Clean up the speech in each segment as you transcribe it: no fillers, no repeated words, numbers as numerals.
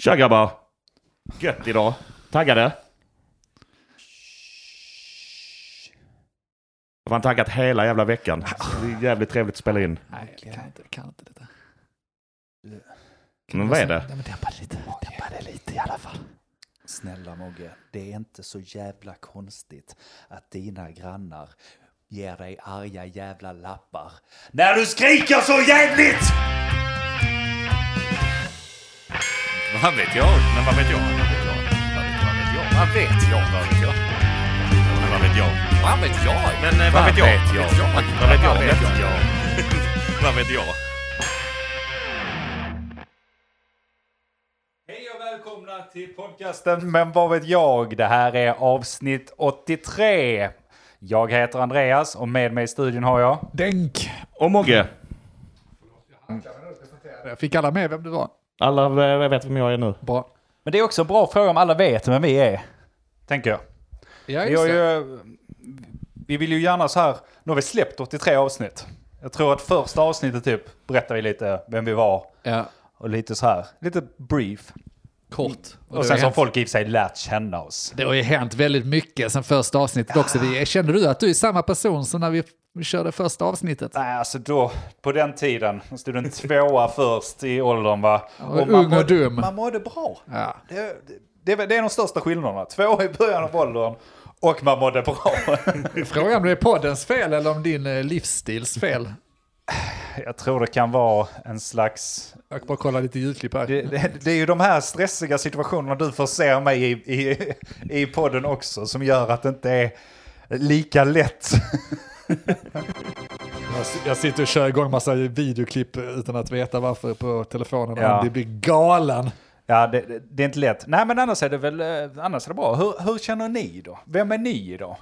Tja grabbar. Gött idag. Taggade? Jag har taggat hela jävla veckan. Det är jävligt trevligt att spela in. Nej, jag kan inte detta. Men vad är det? Nej, men dämpa det lite i alla fall. Snälla Mogge, det är inte så jävla konstigt att dina grannar ger dig arga jävla lappar när du skriker så jävligt! Vad vet jag? Men vad vet jag? Vad vet jag? Vad vet jag? Vad vet jag? Men vad vet jag? Vad vet jag? Men vad vet jag? Vad vet jag? Vad vet jag? Hej och välkomna till podcasten Men vad vet jag? Det här är avsnitt 83. Jag heter Andreas och med mig i studion har jag... Denk. Och Mogge. Jag fick alla med vem du var. Alla vet vem jag är nu. Bra. Men det är också en bra fråga om alla vet vem vi är. Tänker jag. Ja, just det. Vi vill ju gärna så här... Nu har vi släppt 83 avsnitt. Jag tror att första avsnittet typ berättar vi lite vem vi var. Ja, Och lite så här. Lite brief. kort. Och sen så har folk i och för sig lärt känna oss. Det har ju hänt väldigt mycket sen första avsnittet också. Kände du att du är samma person som när vi körde första avsnittet? Nej, alltså då, på den tiden, stod en tvåa först i åldern va. Och ung och dum. Man mådde bra. Ja. Det är de största skillnaderna. 2 i början av åldern och man mådde bra. Frågan om det är poddens fel eller om din livsstils fel. Jag tror det kan vara en slags... Jag kan bara kolla lite ljudklipp här. Det är ju de här stressiga situationerna du får se mig i podden också som gör att det inte är lika lätt. Jag sitter och kör igång massa videoklipp utan att veta varför på telefonen. Ja. Det blir galen. Ja, det är inte lätt. Nej, men annars är det väl annars är det bra. Hur känner ni då? Vem är ni idag?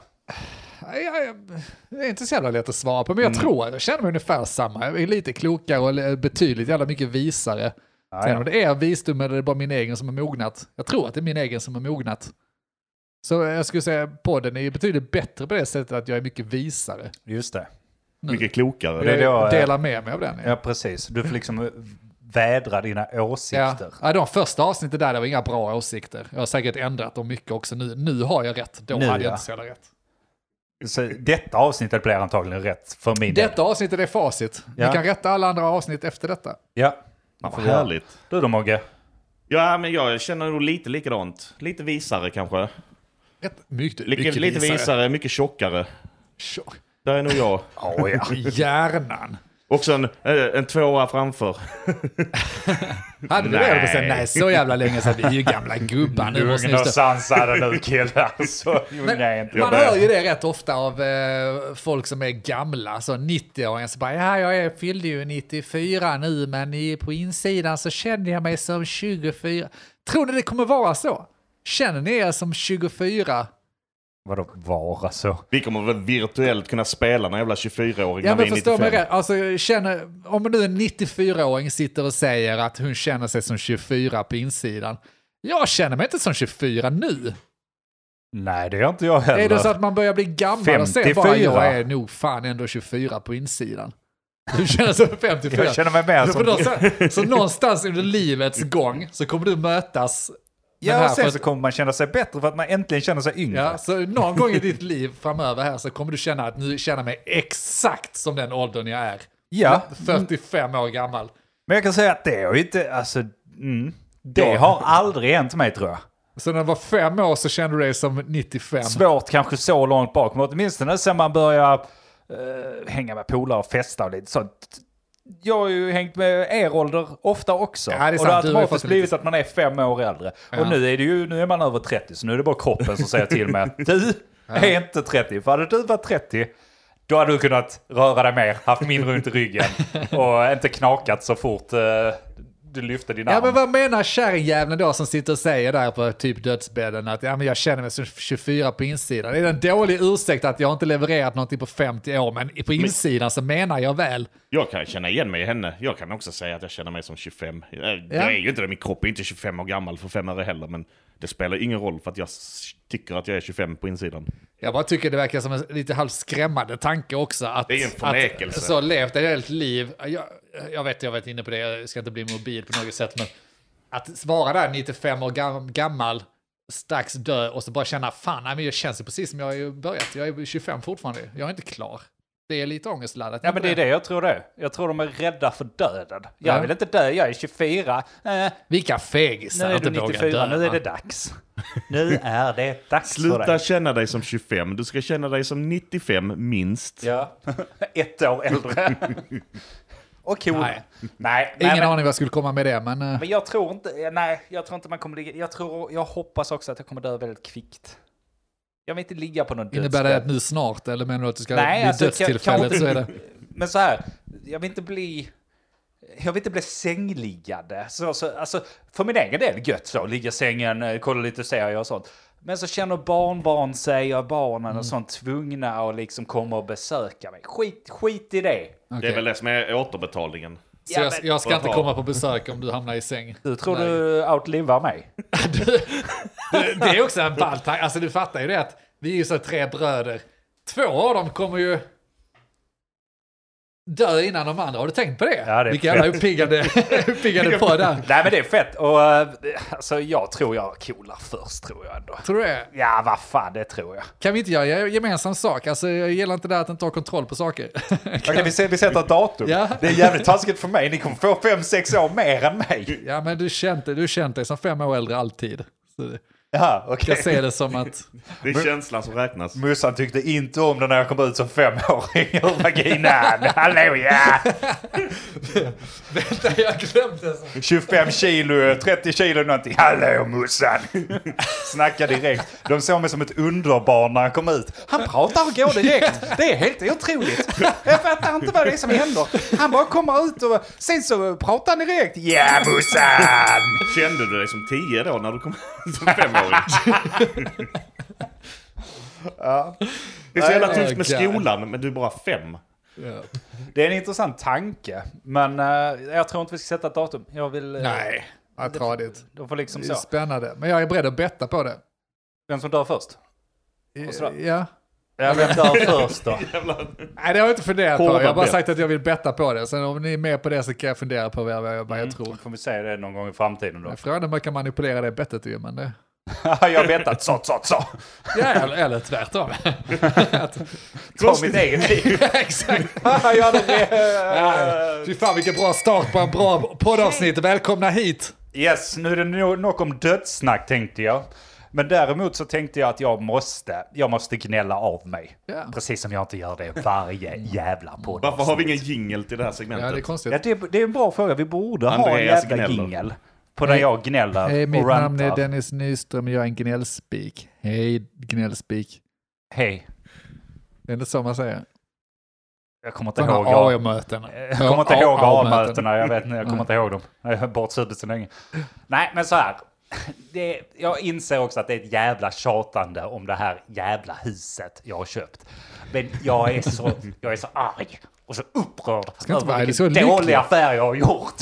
Det är inte så jävla lätt att svara på, men jag tror att jag känner mig ungefär samma. Jag är lite klokare och betydligt jävla mycket visare. Sen om det är visdom eller det är bara min egen som är mognat. Jag tror att det är min egen som är mognat. Så jag skulle säga podden är betydligt bättre på det sättet att jag är mycket visare. Just det. Mycket klokare. Det är då, Jag delar med mig av den. Ja, precis. Du får liksom vädra dina åsikter. Ja, de första avsnitten där det var inga bra åsikter. Jag har säkert ändrat dem mycket också. Nu har jag rätt. Då hade jag inte så jävla rätt. Så detta avsnittet blir antagligen rätt för min del. Detta avsnittet är facit. Ja. Vi kan rätta alla andra avsnitt efter detta. Ja. Vad härligt. Du då Mogge? Ja, men jag känner nog lite likadant. Lite visare kanske. Rätt mycket Lite visare, mycket tjockare. Där är nog jag. Oh, ja. Hjärnan. Också en tvåa framför. Hade du det? Nej, så jävla länge sedan. Vi är ju gamla gubbar nu. Lugn och sansade nu killar. Så man hör ju det rätt ofta av folk som är gamla. Så 90-åringar så bara, ja, jag fyllde ju 94 nu, men på insidan så kände jag mig som 24. Tror ni det kommer vara så? Känner ni er som 24? Vadå vara så? Vi kommer väl virtuellt kunna spela en jävla 24-åring Ja, när vi men är förstår 95. mig rätt. Alltså, om nu en 94-åring sitter och säger att hon känner sig som 24 på insidan. Jag känner mig inte som 24 nu. Nej, det gör inte jag heller. Är det så att man börjar bli gammal och säger 54? bara jag är nog fan ändå 24 på insidan? Du känner som 54. Jag känner mig mer som... Så någonstans under livets gång så kommer du mötas. Ja, och sen så kommer man känna sig bättre för att man äntligen känner sig yngre. Ja, så någon gång i ditt liv framöver här så kommer du känna att nu känner mig exakt som den åldern jag är. Ja. 45 år gammal. Men jag kan säga att det är ju inte, alltså, det har aldrig hänt mig tror jag. Så när det var 5 år så kände du dig som 95. Svårt kanske så långt bak, men åtminstone sen man börjar hänga med polare och festa och lite sånt. Jag har ju hängt med er ålder ofta också. Ja, det är och sant. det har Du har automatiskt fått blivit lite... att man är 5 år äldre. Ja. Och nu är man över 30, så nu är det bara kroppen som säger till mig att du är inte 30. För hade du varit 30, då hade du kunnat röra dig mer, haft mindre runt i ryggen och inte knakat så fort du lyfte din arm. Ja, men vad menar kärringjävlen då som sitter och säger där på typ dödsbädden att ja, men jag känner mig som 24 på insidan? Är det en dålig ursäkt att jag inte levererat någonting på 50 år, men på insidan så menar jag väl? Jag kan känna igen mig i henne. Jag kan också säga att jag känner mig som 25. Jag är ju inte det, min kropp är inte 25 år gammal för 5 år heller, men det spelar ingen roll för att jag tycker att jag är 25 på insidan. Jag bara tycker det verkar som en lite halvskrämmande tanke också. Att, det är en förnekelse. Så levt ett helt liv. Jag vet inne på det, jag ska inte bli mobil på något sätt, men att vara där 95 år gammal, strax dö och så bara känna, fan, nej, men jag känns ju precis som jag har börjat. Jag är 25 fortfarande, jag är inte klar. Det är lite ångestladdat. Ja, men det är det jag tror det. Jag tror de är rädda för döden. Jag vill inte dö, jag är 24. Vilka fegisar. Nu är du 94, nu är det dags. Nu är det dags för Sluta dig. känna dig som 25, du ska känna dig som 95 minst. Ja, 1 år äldre. Och cool. Nej. Ingen aning vad jag skulle komma med det, men... Men jag tror inte man kommer ligga... Jag hoppas också att jag kommer dö väldigt kvickt. Jag vill inte ligga på någon dödsbädd. Innebär det att nu snart, eller menar du att du ska bli dödstillfället så är det... Men så här, jag vill inte bli sängliggande. Alltså, för min egen del gött så, ligga i sängen, kolla lite serier och sånt. Men så känner barnbarn sig och barnen och sånt tvungna och liksom komma och besöka mig. Skit i det. Okay. Det är väl det som är återbetalningen. Så jag ska inte komma på besök om du hamnar i säng. Du tror du outlivar mig? Det är också en ball tanke. Alltså du fattar ju det att vi är ju så 3 bröder. 2 av dem kommer ju dö innan de andra. Har du tänkt på det? Ja, det är vilka jävla uppiggande på där. Nej, men det är fett. Och alltså, jag tror jag coolar först, tror jag ändå. Tror du det? Ja, vad fan, det tror jag. Kan vi inte göra gemensam sak? Alltså, jag gillar inte det att inte ha kontroll på saker. Okej, vi sätter ett datum. Ja. Det är jävligt taskigt för mig. Ni kommer få 5-6 år mer än mig. Ja, men du känt dig som 5 år äldre alltid. Så ja, okej. Jag ser det som att... Det är känslan som räknas. Mussan tyckte inte om det när jag kom ut som 5-åring ur vaginan. Hallå, ja! Vänta, jag glömde så. 25 kilo, 30 kilo någonting. Hallå, Mussan! Snacka direkt. De såg mig som ett underbarn när han kom ut. Han pratar och går direkt. Det är helt otroligt. Jag fattar inte vad det är som händer. Han bara kommer ut och sen så pratar han direkt. Ja, Mussan! Kände du dig som 10 då när du kom som 5-åring? Ja. Det är så jävla tufft med skolan, men du är bara 5. Ja. Det är en intressant tanke, men jag tror inte vi ska sätta ett datum. Jag vill... Nej, jag tror det. De får liksom Det är så. spännande, men jag är beredd att betta på det. Vem som dör först? Ja. Ja, vem dör först då? Nej, det har jag inte funderat på. Jag har bara sagt att jag vill betta på det. Sen om ni är med på det så kan jag fundera på vad jag tror. Får vi säga det någon gång i framtiden då? Frågan är om man kan manipulera det bettet ju, men det... Jag har bettat så. Ja, eller tvärtom. Ta mitt eget liv. Exakt. Fy fan, vilken bra start på en bra poddavsnitt. Välkomna hit. Yes, nu är det nog om dödssnack tänkte jag. Men däremot så tänkte jag att jag måste gnälla av mig. Ja. Precis som jag inte gör det varje jävla podd. Varför har vi ingen jingle till det här segmentet? Ja, det är konstigt. Ja, det är en bra fråga. Vi borde ha en jävla jingle. På där jag gnäller. Hej, mitt namn är Dennis Nyström och jag är en gnällspik. Hej, gnällspik. Hej. Det är inte så man säger. Jag kommer inte ihåg A-mötena. Jag kommer inte ihåg A-mötena. Jag kommer inte ihåg dem. Jag har bort suddet så länge. Nej, men så här. Jag inser också att det är ett jävla tjatande om det här jävla huset jag har köpt. Men jag är så arg och så upprörd över vilken dålig affär jag har gjort.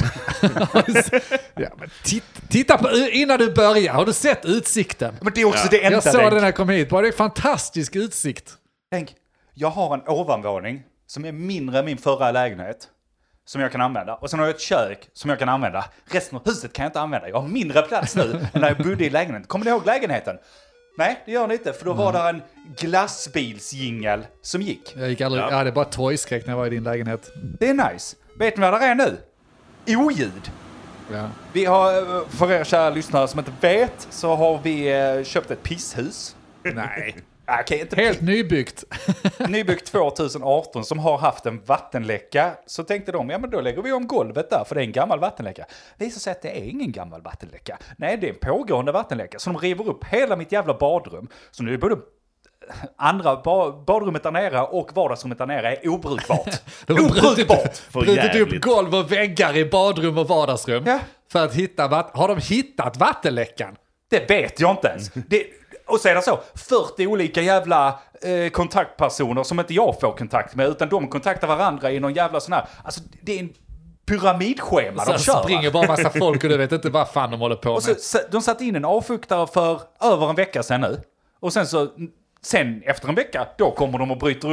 Ja, men titta på, innan du börjar, har du sett utsikten? Men det är också det enda. Jag såg den när jag kom hit, bara det är fantastisk utsikt. Tänk, jag har en ovanvåning som är mindre än min förra lägenhet. Som jag kan använda. Och sen har jag ett kök som jag kan använda. Resten av huset kan jag inte använda. Jag har mindre plats nu än när jag bodde i lägenheten. Kommer ni ihåg lägenheten? Nej, det gör ni inte. För då var det en glassbilsjingel som gick. Jag gick aldrig, det är bara toyskräck när jag var i din lägenhet. Det är nice. Vet ni vad det är nu? Oljud. Ja. Vi har, för er kära lyssnare som inte vet, så har vi köpt ett pisshus. Nej. Okay, inte helt nybyggt. Nybyggt 2018 som har haft en vattenläcka. Så tänkte de, ja men då lägger vi om golvet där för det är en gammal vattenläcka. Visar sig att det är ingen gammal vattenläcka. Nej, det är en pågående vattenläcka. Så de river upp hela mitt jävla badrum. Så nu är både andra badrummet där nere och vardagsrummet där nere är obrukbart. Obrukbart! Brutit upp golv och väggar i badrum och vardagsrum. Ja. För att hitta har de hittat vattenläckan? Det vet jag inte ens. Och så är det så, 40 olika jävla kontaktpersoner som inte jag får kontakt med, utan de kontaktar varandra i någon jävla sån här, alltså det är en pyramidschema de kör. Springer bara massa folk och du vet inte vad fan de håller på med. Och så, de satt in en avfuktare för över en vecka sedan nu. Och sen efter en vecka, då kommer de och bryter upp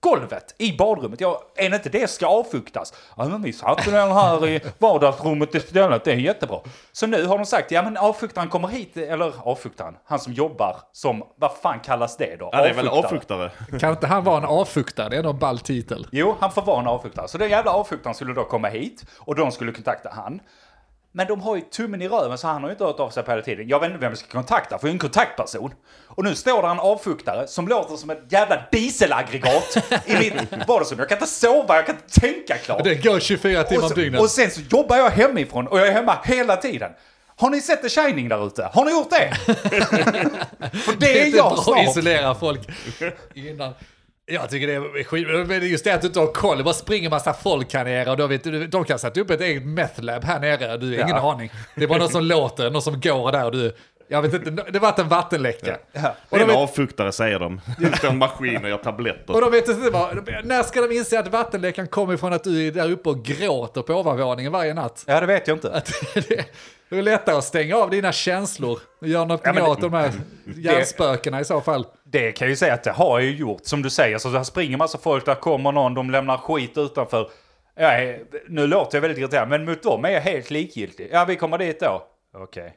golvet i badrummet. Är inte det ska avfuktas? Ja, men vi satte den här i vardagsrummet istället. Det är jättebra. Så nu har de sagt, ja men avfuktaren kommer hit. Eller avfuktaren, han som jobbar som, vad fan kallas det då? Ja, det är väl avfuktare. Kan inte han vara en avfuktare? Det är någon ball titel. Jo, han får vara en avfuktare. Så den jävla avfuktaren skulle då komma hit och de skulle kontakta han. Men de har ju tummen i röven så han har ju inte hört av sig på hela tiden. Jag vet inte vem jag ska kontakta för jag är en kontaktperson. Och nu står där en avfuktare som låter som ett jävla dieselaggregat i mitt vardagsrum. Jag kan inte sova, jag kan inte tänka klart. Det går 24 timmar om dygnet. Och sen så jobbar jag hemifrån och jag är hemma hela tiden. Har ni sett The Shining där ute? Har ni gjort det? För det är jag snart. Att isolera folk innan. Jag tycker det är skit. Men just det att du inte har koll. Det bara springer massa folk här nere. Och då vet du, de kan sätta upp ett eget meth lab här nere. Du har ingen aning. Det är bara någon som låter, någon som går där. Och du, jag vet inte, det var en vattenläcka. Ja. Och en avfuktare säger de. Det står en maskin och gör tabletter. Och de vet inte när ska de inse att vattenläckan kommer ifrån att du är där uppe och gråter på ovanvåningen varje natt? Ja, det vet jag inte. Det är lättare att stänga av dina känslor och göra något åt de här hjärnspökena i så fall. Det kan jag ju säga att det har jag ju gjort. Som du säger, så där springer massa folk, där kommer någon, de lämnar skit utanför. Nu låter jag väldigt irriterad, men mot dem är jag helt likgiltig. Ja, vi kommer dit då. Okej.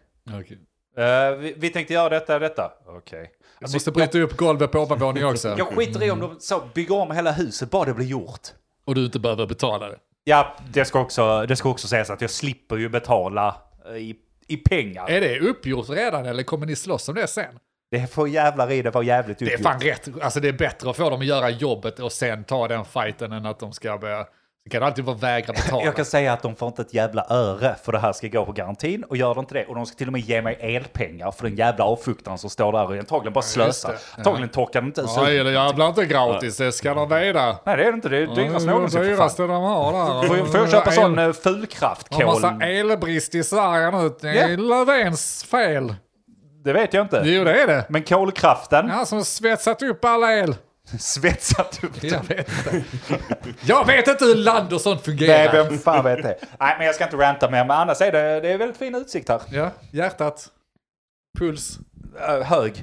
Vi tänkte göra detta. Okej. Jag måste bryta upp golvet på ovanvåningen också. Jag skiter i om de så bygger om hela huset, bara det blir gjort. Och du inte behöver betala det. Ja, det ska också sägas att jag slipper ju betala i pengar. Är det uppgjort redan eller kommer ni slåss om det sen? Det får jävlar i det var jävligt uppgjort. Det är fan rätt. Alltså det är bättre att få dem att göra jobbet och sen ta den fighten än att de ska börja... Det kan alltid vara vägra betala. Jag kan säga att de får inte ett jävla öre för det här ska gå på garantin och gör de inte det. Och de ska till och med ge mig elpengar för den jävla avfuktaren som står där och antagligen bara slösar. Antagligen torkar de inte ut. Ja, det jävlar inte gratis. Det ska de veta. Nej, det är det inte. Det är dyrast någonsin. Det är dyraste de har där. Får jag köpa sån fulkraftkol? Det har massa elbrist i Sverige nu. Det är Löfvens fel. Det vet jag inte. Jo, det är det. Men kolkraften? Ja, som svetsat upp alla el. Svetsat upp den. Jag vet inte. Jag vet inte hur land och sånt fungerar. Nej, vem fan vet det? Nej, men jag ska inte ranta mer. Men annars är det är väldigt fin utsikt här. Ja, hjärtat. Puls. Hög.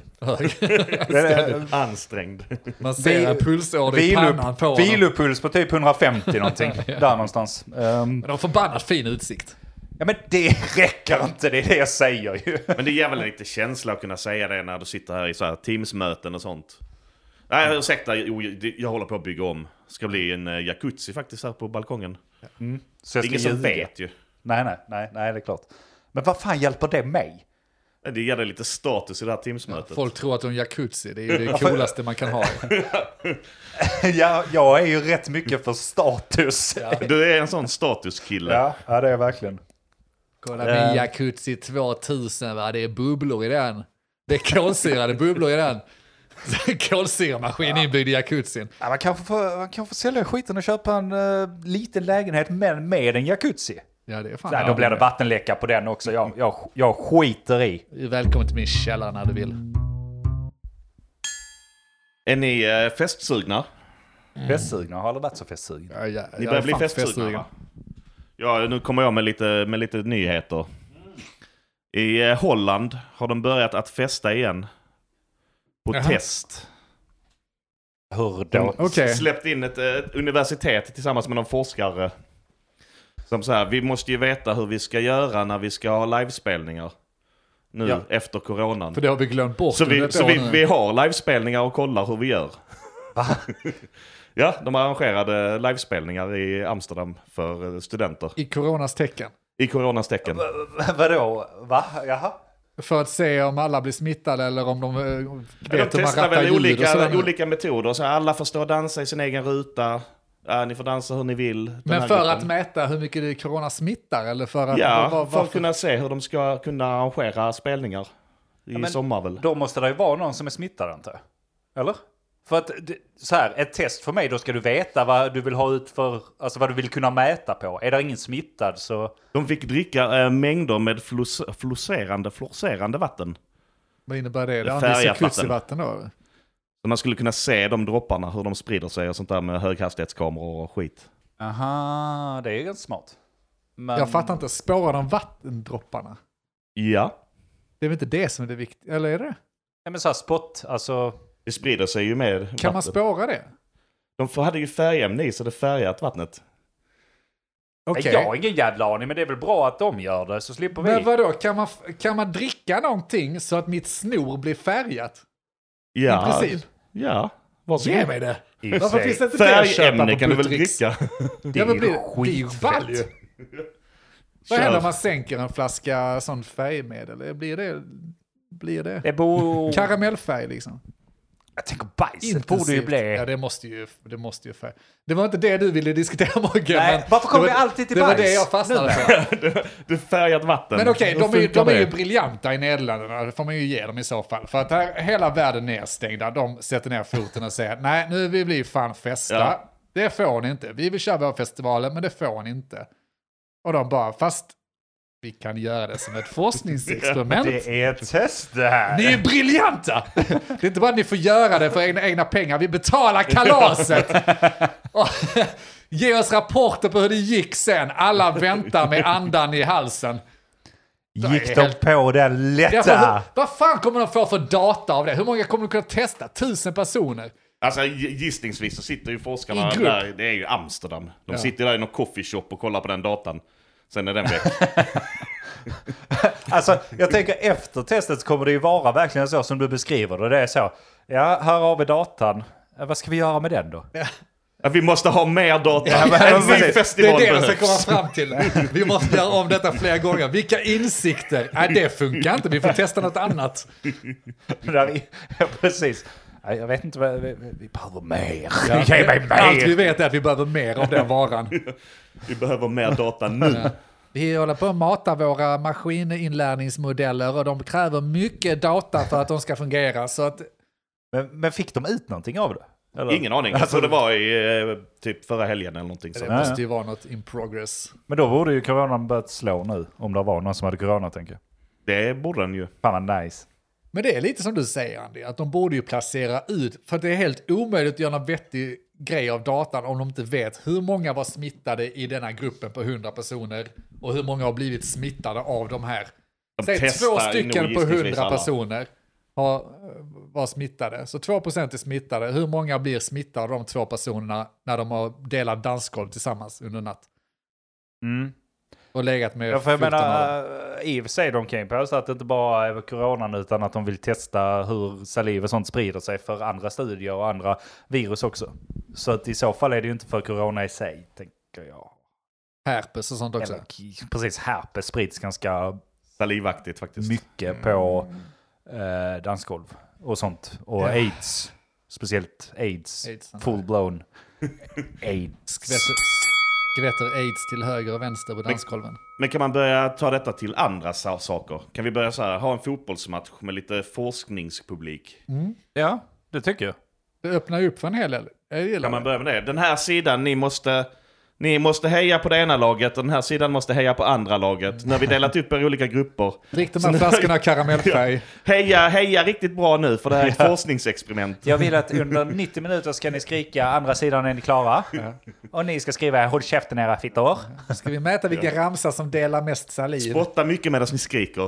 Ansträngd. Man ser en pulsåder i pannan på honom. Vilopuls på typ 150 någonting. Där någonstans. Men de har förbannat fin utsikt. Ja, men det räcker inte, det är det jag säger ju. Men det ger väl lite känsla att kunna säga det när du sitter här i så här Teams-möten och sånt. Nej, ursäkta, jag håller på att bygga om. Ska bli en jacuzzi faktiskt här på balkongen. Mm. Så ingen som vet ju. Nej, det är klart. Men vad fan hjälper det mig? Det ger dig lite status i det här Teams-mötet. Folk tror att de är en jacuzzi, det är ju det coolaste man kan ha. Ja, jag är ju rätt mycket för status. Ja. Du är en sån statuskille. Ja, det är jag verkligen. Kolla min jacuzzi 2000, va? Det är bubblor i den. Det är kolsyrade bubblor i den. Kolsyramaskin inbyggd i jacuzzin. Ja, man kanske får sälja skiten och köpa en liten lägenhet men med en jacuzzi. Ja, det är fan. Nej, då blir det vattenläcka på den också. Jag skiter i. Välkommen till min källare när du vill. Är ni festsugna? Festsugna? Har aldrig varit så festsugna. Ja, ni börjar bli festsugna, va? Ja, nu kommer jag med lite nyheter. I Holland har de börjat att festa igen. På test. Hur då? Okay. Släppt in ett universitet tillsammans med någon forskare. Som så här, vi måste ju veta hur vi ska göra när vi ska ha livespelningar. Nu efter coronan. För det har vi glömt bort. Så vi har livespelningar och kollar hur vi gör. Va? Ja, de arrangerade livespelningar i Amsterdam för studenter. I coronas tecken. I coronas tecken. Vadå? Va? Jaha? För att se om alla blir smittade eller om de vet de hur man testar rappar väl olika metoder. Så alla får stå och dansa i sin egen ruta. Ni får dansa hur ni vill. Men för att mäta hur mycket det corona smittar? Eller för att, för att kunna se hur de ska kunna arrangera spelningar i sommar väl. Då måste det ju vara någon som är smittad, antar jag. Eller? För att, så här, ett test för mig, då ska du veta vad du vill ha ut för, alltså vad du vill kunna mäta på. Är det ingen smittad så... De fick dricka mängder med florserande vatten. Vad innebär det? Det är vatten då? Så man skulle kunna se de dropparna, hur de sprider sig och sånt där med höghastighetskameror och skit. Aha, det är ganska smart. Men... Jag fattar inte, spårar de vattendropparna? Ja. Det är väl inte det som är det viktiga, eller är det? Ja, men så här spot, alltså... Det sprider sig ju med Kan vatten. man spåra det? De hade ju färgämne i så det färgat vattnet. Okej. Jag har ingen jävla aning, men det är väl bra att de gör det, så slipper vi. Men vadå, kan man dricka någonting så att mitt snor blir färgat? Ja, I princip. Ja. Ge mig det! I och Varför för finns sig. det inte det att köpa Färgämne på kan du väl Buttricks? dricka? Det Ja, men är det är ju skitfett. ballt ju. Vad Kör. händer om man sänker en flaska sån färgmedel? Blir det Det bor... karamellfärg liksom? Jag tänker bajset borde ju bli... Ja, det måste ju färg. Det var inte det du ville diskutera, Mogge. Nej, men varför kommer det vi alltid till Det var bajs? det jag fastnade för. Det är färgat vatten. Men okej, Hur funkar de är ju det? briljanta i Nederländerna, det får man ju ge dem i så fall. För att här, hela världen är stängda, de sätter ner foten och säger nej, nu vill vi fan festa. Ja. Det får ni inte. Vi vill köra våra festivaler, men det får ni inte. Och de bara, fast vi kan göra det som ett forskningsexperiment. Det är ett test det här. Ni är briljanta! Det är inte bara att ni får göra det för egna pengar, vi betalar kalaset. Och, ge oss rapporter på hur det gick sen. Alla väntar med andan i halsen. Gick de på den lätta? Vad fan kommer de få för data av det? Hur många kommer de kunna testa? 1000 personer? Alltså gissningsvis så sitter ju forskarna I grupp. där, det är ju Amsterdam. De sitter där i någon coffeeshop och kollar på den datan. Sen är den väck. Alltså, jag tänker efter testet så kommer det ju vara verkligen så som du beskriver det. Det är så, ja, här har vi datan. Vad ska vi göra med den då? Ja, vi måste ha mer data. Ja, men En ny precis. Det festival är det jag behövs. ska komma fram till. Vi måste göra om detta flera gånger. Vilka insikter? Nej, det funkar inte. Vi får testa något annat. Ja, precis. Jag vet inte vad... Vi behöver mer. Ja, Ge mig allt vi mer! vet är att vi behöver mer av den varan. Vi behöver mer data nu. Vi håller på att mata våra maskininlärningsmodeller och de kräver mycket data för att de ska fungera. Så att, Men fick de ut någonting av det? Eller? Ingen aning. Jag tror det var i typ förra helgen eller någonting. Så. det måste ju vara något in progress. Men då borde ju coronan börjat slå nu. Om det var någon som hade corona, tänker jag. Det borde den ju. Fan vad nice. Men det är lite som du säger, Andy, att de borde ju placera ut, för det är helt omöjligt att göra en vettig grej av datan om de inte vet hur många var smittade i denna gruppen på 100 personer och hur många har blivit smittade av de här. De Säg testar 2 stycken nog på gissningsvis 100 alla. personer var smittade. Så 2% är smittade. Hur många blir smittade av de 2 personerna när de har delat dansgolv tillsammans under natt? Mm. Och legat med Ja, för jag 14 av dem. menar, i och för sig de kan ju påstå att det inte bara är coronan utan att de vill testa hur saliv och sånt sprider sig för andra studier och andra virus också. Så att i så fall är det ju inte för corona i sig, tänker jag. Herpes och sånt också. Eller, precis, herpes sprids ganska Salivaktigt faktiskt. mycket på dansgolv och sånt. Och aids, speciellt aids. Full-blown aids. Skvätter aids till höger och vänster på dansgolven. Men kan man börja ta detta till andra saker? Kan vi börja så här, ha en fotbollsmatch med lite forskningspublik? Ja, det tycker jag. Det öppnar ju upp för en hel del. Jag gillar Kan man det. börja med det? Den här sidan, ni måste heja på det ena laget och den här sidan måste heja på andra laget. När vi delat upp er i olika grupper. Drick de här flaskorna karamellfärg. Heja riktigt bra nu för det här är ett forskningsexperiment. Jag vill att under 90 minuter ska ni skrika andra sidan är ni klara. Och ni ska skriva håll käften era fittor. Ska vi mäta vilka ramsar som delar mest saliv? Spotta mycket medan ni skriker.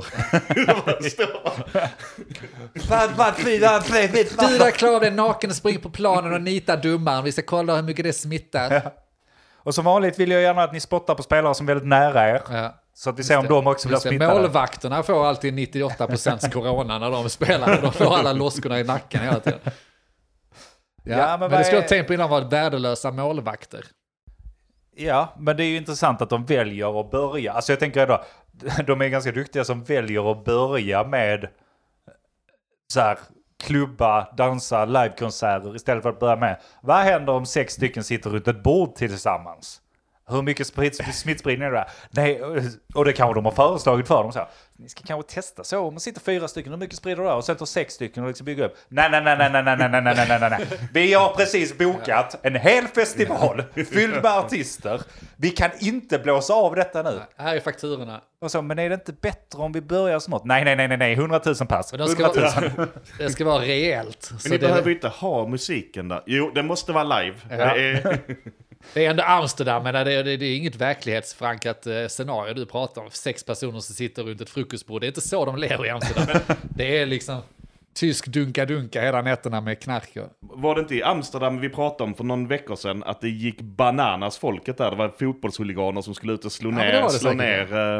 Du där klarar dig naken och springer på planen och nitar domaren. Vi ska kolla hur mycket det smittar. Och som vanligt vill jag gärna att ni spottar på spelare som är väldigt nära er. Ja. Så att vi ser om de också blir Just det, smittade. målvakterna får alltid 98% corona när de spelar. De får alla loskorna i nacken hela tiden. Ja, men det skulle jag tänka på innan var värdelösa målvakter. Ja, men det är ju intressant att de väljer att börja. Alltså jag tänker då, de är ganska duktiga som väljer att börja med så här klubba, dansa, livekonserter istället för att börja med vad händer om 6 stycken sitter runt ett bord tillsammans? Hur mycket smittspridning är det där? Nej, och det kanske de har föreslagit för dem så här. Ni ska kanske testa så, om man sitter 4 stycken, hur mycket sprider det där? Och sen tar 6 stycken och liksom bygga upp. Nej. Vi har precis bokat en hel festival fylld med artister. Vi kan inte blåsa av detta nu. Här är fakturorna. Och så, men är det inte bättre om vi börjar smått? Nej, 100 000 pass. Men det ska vara rejält. Men ni behöver inte ha musiken där. Jo, det måste vara live. Ja. Det är ändå Amsterdam, men det är inget verklighetsförankrat scenario du pratar om. 6 personer som sitter runt ett frukostbord. Det är inte så de lever i Amsterdam. Det är liksom... tysk dunka hela nätterna med knark. Var det inte i Amsterdam vi pratade om för någon veckor sedan att det gick bananas folket där? Det var fotbollshuliganer som skulle ut och slå ner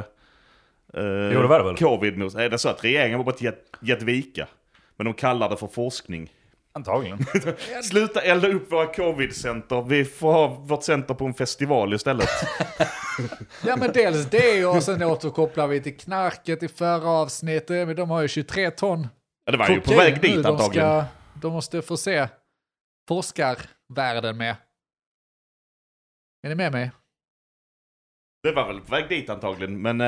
covid. Är det så att regeringen var bara gett vika? Men de kallar det för forskning. Antagligen. Sluta elda upp våra covid-center. Vi får ha vårt center på en festival istället. Ja, men dels det och sen återkopplar vi till knarket i förra avsnittet. De har ju 23 ton. Ja, det var ju på väg dit antagligen. De måste få se forskarvärlden med. Är ni med mig? Det var väl på väg dit antagligen, men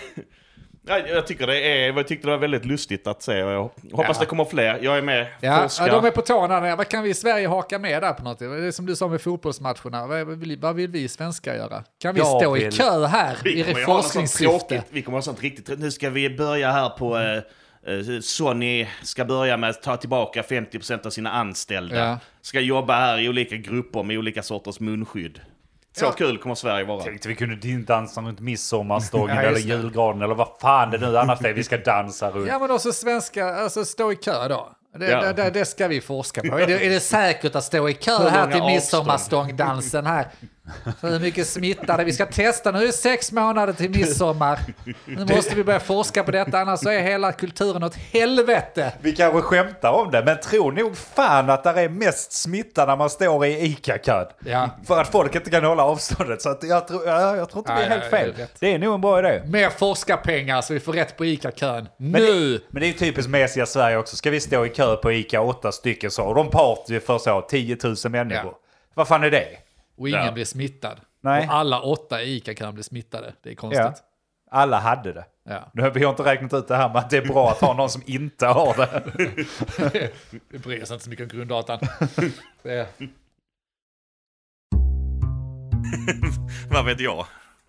jag tyckte det var väldigt lustigt att se. Jag hoppas det kommer fler. Jag är med. Ja, de är på tårna. Vad kan vi i Sverige haka med där på något? Det är som du sa med fotbollsmatcherna. Vad vill vi svenskar göra? Kan vi stå i kö här i forskningssyfte? Vi kommer ha sånt riktigt. Nu ska vi börja här på Sony ska börja med att ta tillbaka 50% av sina anställda. Ja. Ska jobba här i olika grupper med olika sorters munskydd. Så kul kommer Sverige vara. Tänkte vi kunde dansa runt midsommarstången eller julgranen eller vad fan det nu annars är vi ska dansa runt. Ja, men också svenska, alltså stå i kö då. Det ska vi forska på. Är det säkert att stå i kö här till midsommarstångdansen här? Hur mycket smittade? Vi ska testa. Nu är det 6 månader till midsommar. Nu måste vi börja forska på detta, annars så är hela kulturen åt helvete. Vi kanske skämtar om det, men tror nog fan att det är mest smitta när man står i ICA-kön. Ja. För att folk inte kan hålla avståndet. Så att jag tror inte det är helt fel. Det är nog en bra idé. Mer forskarpengar så vi får rätt på ICA-kön. Nu! Men det är ju typiskt mesiga Sverige också. Ska vi stå i kö på ICA 8 stycken så? Och de party för så 10 000 människor. Ja. Vad fan är det? Och ingen blir smittad. Nej. Och alla 8 i ICA kan bli smittade. Det är konstigt. Ja. Alla hade det. Ja. Nu har vi inte räknat ut det här med att det är bra att ha någon som inte har det. Vi bryr oss inte så mycket om grunddatan. Vad vet jag?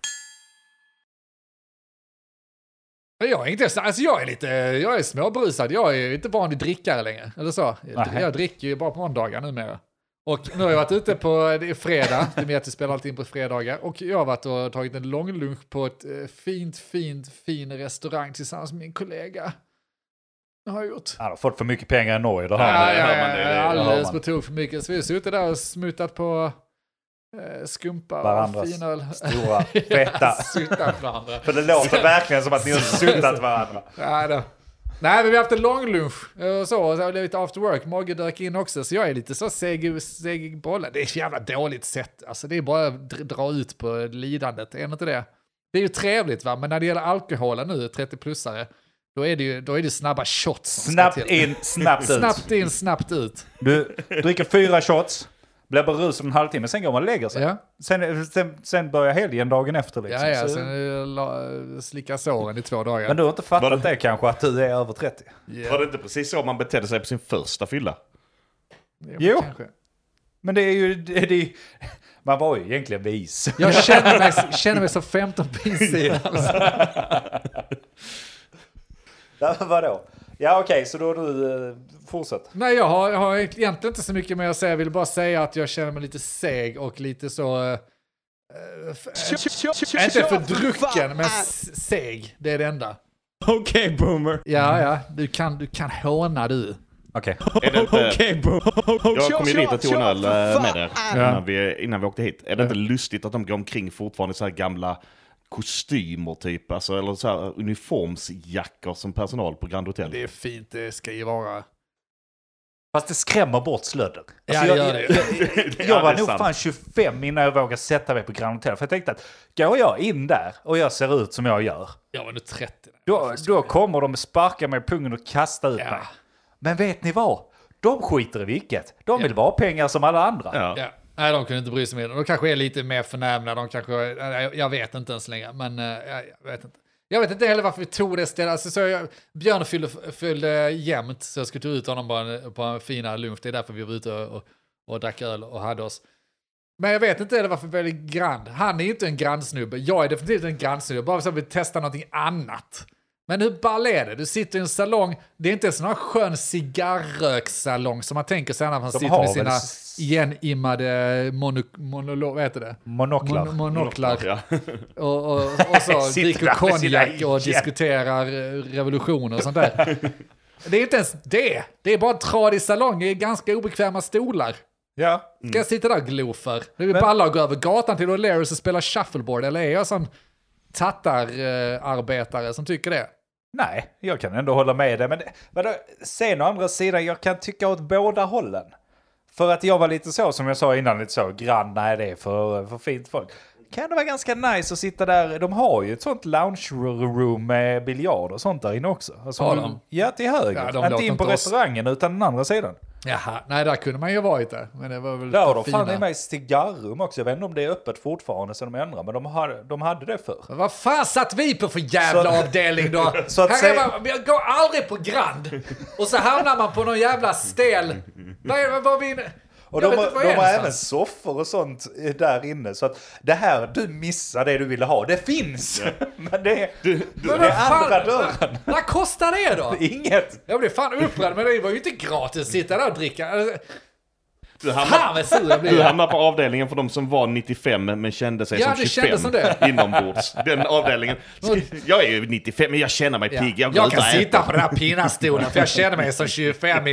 Jag är småbrusad. Jag är inte vanlig drickare längre. Eller så. Jag dricker ju bara på måndagar numera. Och nu har jag varit ute på fredag. Du vet att vi spelar alltid in på fredagar. Och jag har varit och tagit en lång lunch på ett fin restaurang tillsammans med min kollega. Det har jag gjort. Han har fått för mycket pengar i Norge. Då alldeles på tok för mycket. Så vi har suttit där och smutat på skumpa varandras och finöl. Stora, feta. Varandra. För det låter verkligen som att ni har suttat varandra. Ja, då. Nej, men vi har haft en lång lunch och så har lite after work. Mogge dök in också, så jag är lite så seg bolla. Det är ett jävla dåligt sätt. Alltså det är bara att dra ut på lidandet, är inte det? Det är ju trevligt va, men när det gäller alkoholen nu, 30-plussare, då är det snabba shots. Snabbt in, snabbt ut. Snabbt in, snabbt ut. Du dricker 4 shots. Blir berusad en halvtimme, sen går man och lägger sig. Ja. Sen börjar helgen dagen efter. Liksom. Ja, sen slicka såren i 2 dagar. Men du har inte fattat det kanske, att du är över 30? Yeah. Var det inte precis så man betedde sig på sin första fylla? Jo, kanske. Men det är ju... man var ju egentligen vis. Jag känner mig så 15 pinsidan. Vadå? Ja, okej, så då har du fortsatt. Nej, jag har egentligen inte så mycket mer att säga. Jag vill bara säga att jag känner mig lite seg och lite så... inte för drucken, men seg. Det är det enda. Okej, boomer. Ja, du kan håna du. Okej. Okej, boomer. Jag kom ju dit och tog en öl med er innan vi åkte hit. Är det inte lustigt att de går omkring fortfarande så här gamla kostymer typ, alltså, eller så här uniformsjackor som personal på Grand Hotel? Det är fint, det ska ju vara. Fast det skrämmer bort slödder. Alltså, jag var nog fan 25 innan jag vågade sätta mig på Grand Hotel. För jag tänkte att går jag in där och jag ser ut som jag gör. Jag var nu 30. Då kommer de sparka mig i pungen och kasta ut mig. Men vet ni vad? De skiter i vilket. De vill vara pengar som alla andra. Ja. Nej, de kunde inte bry sig med det. De kanske är lite mer förnämliga. Jag vet inte ens längre. Men jag vet inte. Jag vet inte heller varför vi tog det stället. Alltså, Björn fyllde jämnt. Så jag skulle ta ut honom bara på en fina lunch. Det är därför vi var ute och drack öl och hade oss. Men jag vet inte heller varför vi är väldigt grand. Han är inte en grandsnubbe. Jag är definitivt en grandsnubbe. Bara så att vi testar någonting annat. Men hur ball är det? Du sitter i en salong. Det är inte en sån här skön cigarröksalong som man tänker sig när man sitter med sina igenimmade monoklar. Ja. och så dricker konjak och diskuterar revolutioner och sånt där. Det är inte ens det. Det är bara en tradig salong i ganska obekväma stolar. Ja. Ska jag sitta där och glo för? Det är bara att gå över gatan till O'Learys och spela shuffleboard. Eller är jag sån tattararbetare som tycker det? Nej, jag kan ändå hålla med dig. Men sen å andra sidan, jag kan tycka åt båda hållen. För att jag var lite så, som jag sa innan, lite så grann, nej det är för fint folk. Kan det vara ganska nice att sitta där? De har ju ett sånt lounge room med biljard och sånt där inne också. Alltså, har de? Ja, till höger. Ja, inte in på restaurangen utan den andra sidan. Jaha, nej där kunde man ju varit där. Men det var väl Ja, för då fina. fann det med cigarrum också. Jag vet inte om det är öppet fortfarande så de ändrar. Men de hade det förr. Men vad fan satt vi på för jävla avdelning då? Så att Här säga- jag går aldrig på Grand. Och så hamnar man på någon jävla stel. Vad vi... Och Jag de vet inte vad har är någonstans. även soffor och sånt där inne. Så att det här, du missar det du ville ha. Det finns! Men det Men är vad fan- andra dörren. Vad kostar det då? Inget! Jag blev fan upprörd, men det var ju inte gratis att sitta där och dricka. Du Fan vad sur jag blev. Du hamnar på avdelningen för de som var 95 men kände sig Ja, som det 25 kändes som det. inombords. Den avdelningen. Jag är ju 95 men jag känner mig pigg. Jag går ut kan och sitta äter. på den här pinnastolen för jag känner mig som 25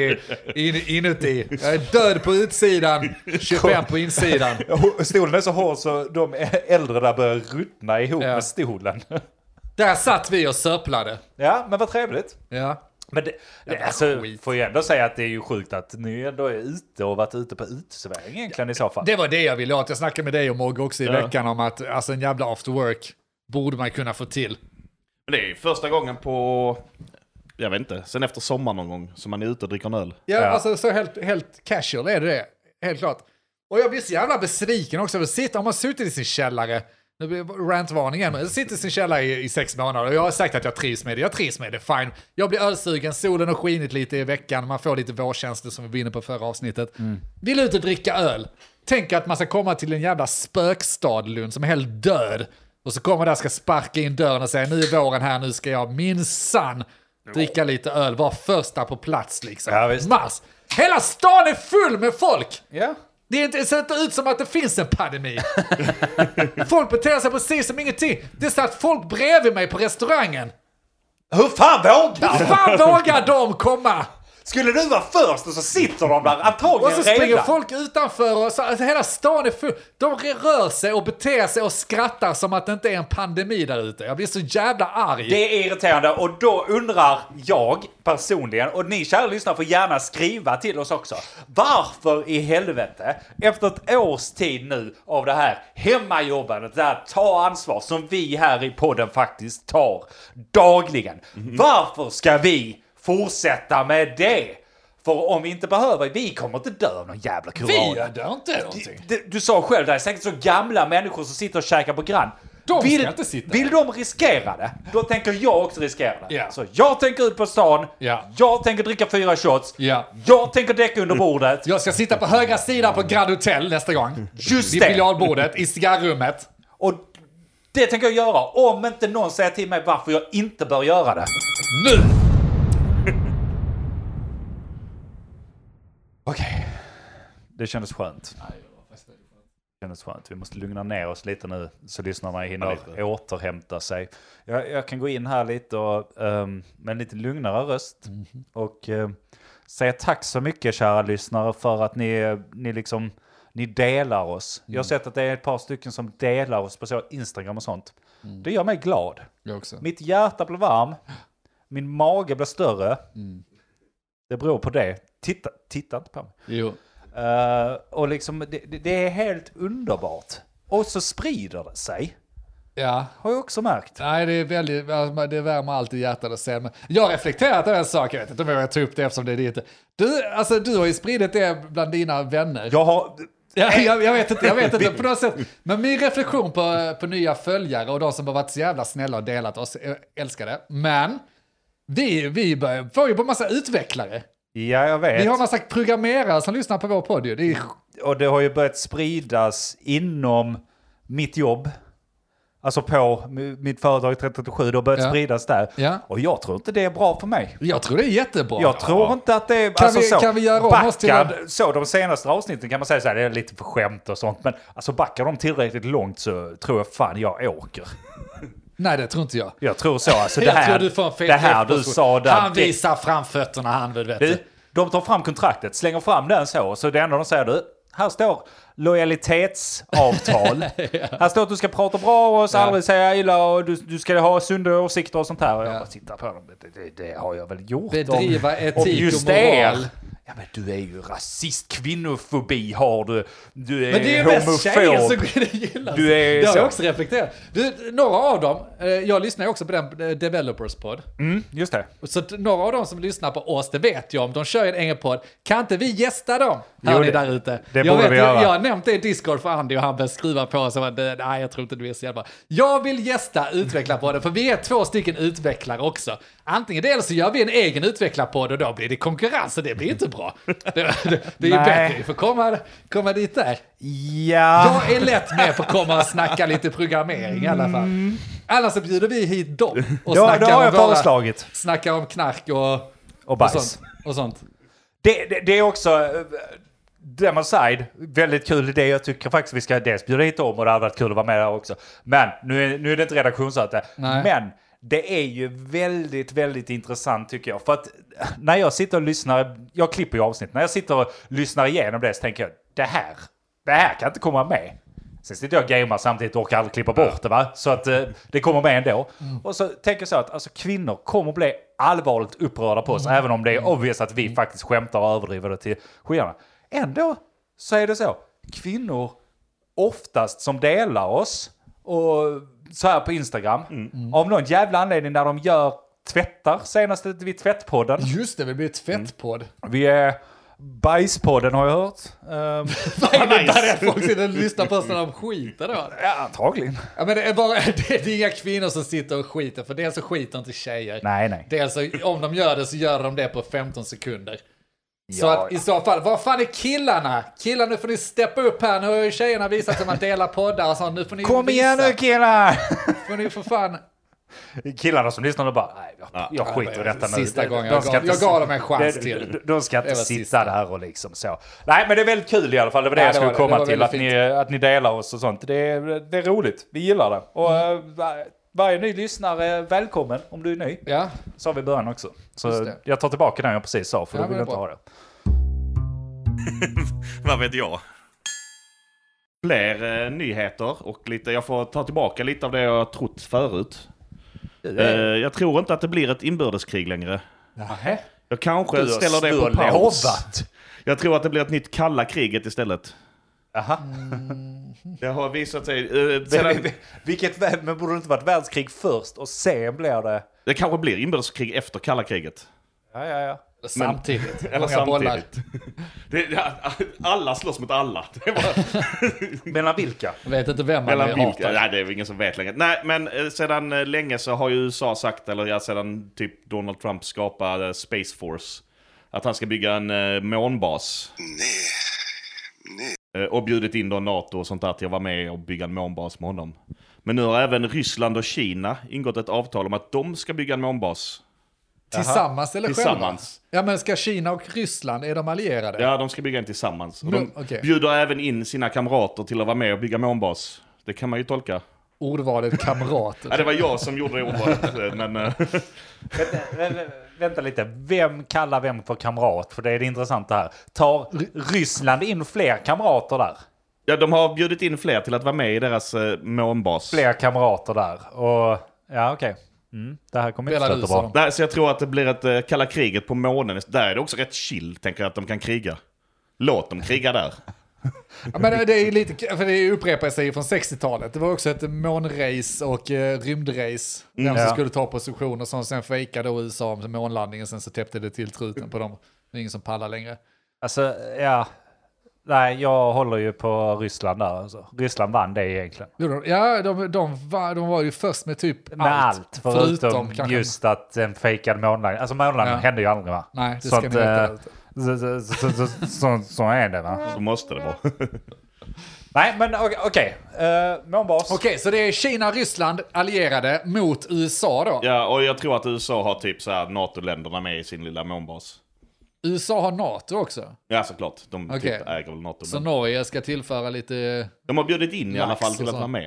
inuti. Jag är död på utsidan, 25 på insidan. Stolen är så hård så de äldre där börjar ruttna ihop Ja. med stolen. Där satt vi och sörplade. Ja, men vad trevligt. Ja. Men alltså, skit. får jag ändå säga att det är ju sjukt att ni ändå är ute och varit ute på uteservering egentligen i så fall. Det var det jag ville åt. Jag snackade med dig och Mogge också i veckan om att alltså, en jävla after work borde man kunna få till. Men det är ju första gången på, jag vet inte, sen efter sommar någon gång som man är ute och dricker en öl. Ja, Ja. alltså så helt casual är det. Helt klart. Och jag blir så jävla besviken också. Om man suttit i sin källare, nu blir rantvarningen, men jag sitter i sin källare i 6 månader och jag har sagt att jag trivs med det. Jag trivs med det, fine. Jag blir ölsugen, solen har skinit lite i veckan, man får lite vårkänslor som vi var inne på förra avsnittet. Vill ut och dricka öl. Tänk att man ska komma till en jävla spökstad, Lund, som är helt död. Och så kommer där, ska sparka in dörren och säga nu är våren här, nu ska jag minsann dricka lite öl, vara första på plats liksom. Ja, visst. Mars. Hela stan är full med folk! Ja. Det ser inte ut som att det finns en pandemi. Folk beter sig precis som ingenting. Det satt folk bredvid mig på restaurangen. Hur fan vågar Hur fan vågar de komma? Skulle du vara först och så sitter de där antagligen Och så springer redan. folk utanför och så, alltså, hela stan är full. De rör sig och beter sig och skrattar som att det inte är en pandemi där ute. Jag blir så jävla arg. Det är irriterande och då undrar jag personligen, och ni kära lyssnare får gärna skriva till oss också. Varför i helvete, efter ett års tid nu av det här hemmajobbandet, det här ta ansvar som vi här i podden faktiskt tar dagligen. Varför ska vi fortsätta med det? För om vi inte behöver, vi kommer inte dö av någon jävla corona. Vi dör inte någonting. Du sa själv, det är säkert så gamla människor som sitter och käkar på grann. De ska inte sitta Vill de riskera det, då tänker jag också riskera det. Ja. Så jag tänker ut på stan, Ja. jag tänker dricka 4 shots, Ja. jag tänker däcka under bordet. Jag ska sitta på högra sidan på Grand Hotel nästa gång. Just Vid det. biljardbordet, i cigarrummet. Och det tänker jag göra om inte någon säger till mig varför jag inte bör göra det. Nu! Okej. Det kändes skönt. Det kändes skönt. Vi måste lugna ner oss lite nu så lyssnarna hinner återhämta sig. Jag kan gå in här lite och, med en lite lugnare röst och säga tack så mycket kära lyssnare för att ni delar oss. Jag har sett att det är ett par stycken som delar oss på så Instagram och sånt. Det gör mig glad. Jag också. Mitt hjärta blir varm. Min mage blir större. Det beror på det. Titta inte på mig. Jo. Och liksom, det är helt underbart. Och så sprider det sig. Ja. Har jag också märkt. Nej, det är väldigt, det värmer alltid hjärtat att se. Men jag har reflekterat över en sak, jag vet inte om jag tar upp det eftersom det är ditt. Du har ju spridit det bland dina vänner. Jag har... Ja, jag vet inte på något sätt. Men min reflektion på nya följare och de som har varit så jävla snälla och delat oss, jag älskar det. Men vi får ju på massa utvecklare. Ja, jag vet. Vi har en massa programmerare som lyssnar på vår podd ju. Det är... Och det har ju börjat spridas inom mitt jobb. Alltså på mitt företag 337, det har börjat spridas där. Ja. Och jag tror inte det är bra för mig. Jag tror det är jättebra. Jag tror inte att det är... Kan vi göra om oss till så de senaste avsnitten kan man säga så här, det är lite för skämt och sånt. Men alltså backar de tillräckligt långt så tror jag fan jag åker. Nej, det tror inte jag. Jag tror så. Alltså, Jag tror du får en fet det här du sa där. Han visar framfötterna, han vet du. De tar fram kontraktet, slänger fram den så det enda de säger du, här står lojalitetsavtal. Här står att du ska prata bra och aldrig säga illa och du ska ha sunda åsikter och sånt här. Och jag bara tittar på dem, det har jag väl gjort. Bedriva etik just och moral. Ja, men du är ju rasist, kvinnofobi har du. Du är men det är ju mest tjejer som gillar det. Har jag också reflekterat. Några av dem, jag lyssnar ju också på den Developers Pod. Just det. Så några av dem som lyssnar på oss, det vet jag om. De kör en egen podd. Kan inte vi gästa dem? Hör ni där ute? Det borde vi göra. Jag har nämnt det i Discord för Andy och han började skriva på så nej, jag tror inte du är så jävla bra. Jag vill gästa utvecklarpodden för vi är 2 stycken utvecklare också. Antingen det eller så gör vi en egen utvecklarpodd och då blir det konkurrens och det blir inte bra. Det är ju bättre, vi får komma dit där. Ja. Jag är lätt med på att komma och snacka lite programmering i alla fall. Annars så bjuder vi hit dem och snackar om knark och bajs. Och sånt. Det är också Demoside, väldigt kul idé. Jag tycker faktiskt vi ska dels bjuda hit dem och det hade varit kul att vara med där också. Men nu är det inte redaktionsöte. Men det är ju väldigt, väldigt intressant tycker jag. För att när jag sitter och lyssnar, jag klipper ju avsnitt. När jag sitter och lyssnar igenom det så tänker jag, det här kan inte komma med. Sen sitter jag och gamer samtidigt och aldrig klippa bort det va? Så att det kommer med ändå. Och så tänker jag så att alltså, kvinnor kommer bli allvarligt upprörda på oss. Även om det är obvious att vi faktiskt skämtar och överdriver det till skyarna. Ändå så är det så. Kvinnor oftast som delar oss och så här på Instagram. Av någon jävla anledning när de gör tvättar senast vid tvättpodden. Just det, vi blir tvättpodd. Vi är bajspodden har jag hört. Vad innebär det att folk sitter och lyssnar på oss när de skiter då? Ja, antagligen. Ja, men det är inga kvinnor som sitter och skiter. För dels så skiter inte tjejer. Nej. Dels så, om de gör det så gör de det på 15 sekunder. Så att i så fall, vad fan är killarna? Killar, nu får ni steppa upp här. Nu har ju tjejerna visat att man delar poddar och sånt. Nu får ni kom visa. igen nu killar! Får ni för fan... Killarna som lyssnar och bara, nej, jag skiter i detta nu. Sista gången jag gav dem en chans till. De ska inte sitta där och liksom så. Nej, men det är väldigt kul i alla fall. Det var det jag skulle komma till. Att ni delar oss och sånt. Det är roligt. Vi gillar det. Och varje ny lyssnare, välkommen om du är ny. Ja. Sa vi i början också. Så jag tar tillbaka den jag precis sa, för då vill jag inte ha det. Vad vet jag? Fler nyheter och lite, jag får ta tillbaka lite av det jag trott förut. Jag tror inte att det blir ett inbördeskrig längre. Nähä. Jag kanske ställer det på paus. Jag tror att det blir ett nytt kalla kriget istället. Aha. Det har visat sig... Men borde det inte vara ett världskrig först och sen blir det... Det kanske blir inbördeskrig efter kalla kriget. Ja. Samtidigt. Eller samtidigt. Alla slåss mot alla. Mellan vilka? Jag vet inte vem man hatar. Nej, det är ingen som vet längre. Nej, men sedan länge så har ju USA sagt, eller sedan typ Donald Trump skapade Space Force, att han ska bygga en månbas. Nej. Och bjudit in då NATO och sånt där till att vara med och bygga en månbas med honom. Men nu har även Ryssland och Kina ingått ett avtal om att de ska bygga en månbas. Tillsammans eller tillsammans. Själva? Ja, men ska Kina och Ryssland, är de allierade? Ja, de ska bygga en tillsammans. Och de bjuder även in sina kamrater till att vara med och bygga månbas. Det kan man ju tolka. Ordvalet kamrater. Ja, det var jag som gjorde det ordvalet. Men... Vänta lite, vem kallar vem för kamrat? För det är det intressanta här. Tar Ryssland in fler kamrater där? Ja, de har bjudit in fler till att vara med i deras månbas. Fler kamrater där. Och ja, okej. Det här kommer inte stöta bra. Nej, så jag tror att det blir ett kalla kriget på månen. Där är det också rätt chill, tänker jag, att de kan kriga. Låt dem kriga där. Ja, men det är lite, för det upprepar sig från 60-talet. Det var också ett månrace och rymdrace. Vem som skulle ta positioner som sen fejkade då USA om månlandningen. Sen så täppte det till truten på dem. Det är ingen som pallar längre. Alltså, ja. Nej, jag håller ju på Ryssland där. Alltså. Ryssland vann det egentligen. Ja, de var ju först med typ med allt förutom just att en fejkad månlandning. Alltså månlandningen hände ju aldrig, va? Nej, det ska ni veta. Så är det, va? Så måste det vara. Nej, men okej. Månbas. Okej, så det är Kina och Ryssland allierade mot USA då? Ja, och jag tror att USA har typ så här NATO-länderna med i sin lilla månbas. USA har NATO också? Ja, såklart. De typ äger väl NATO. Så Norge ska tillföra lite... De har bjudit in i alla fall till att vara med.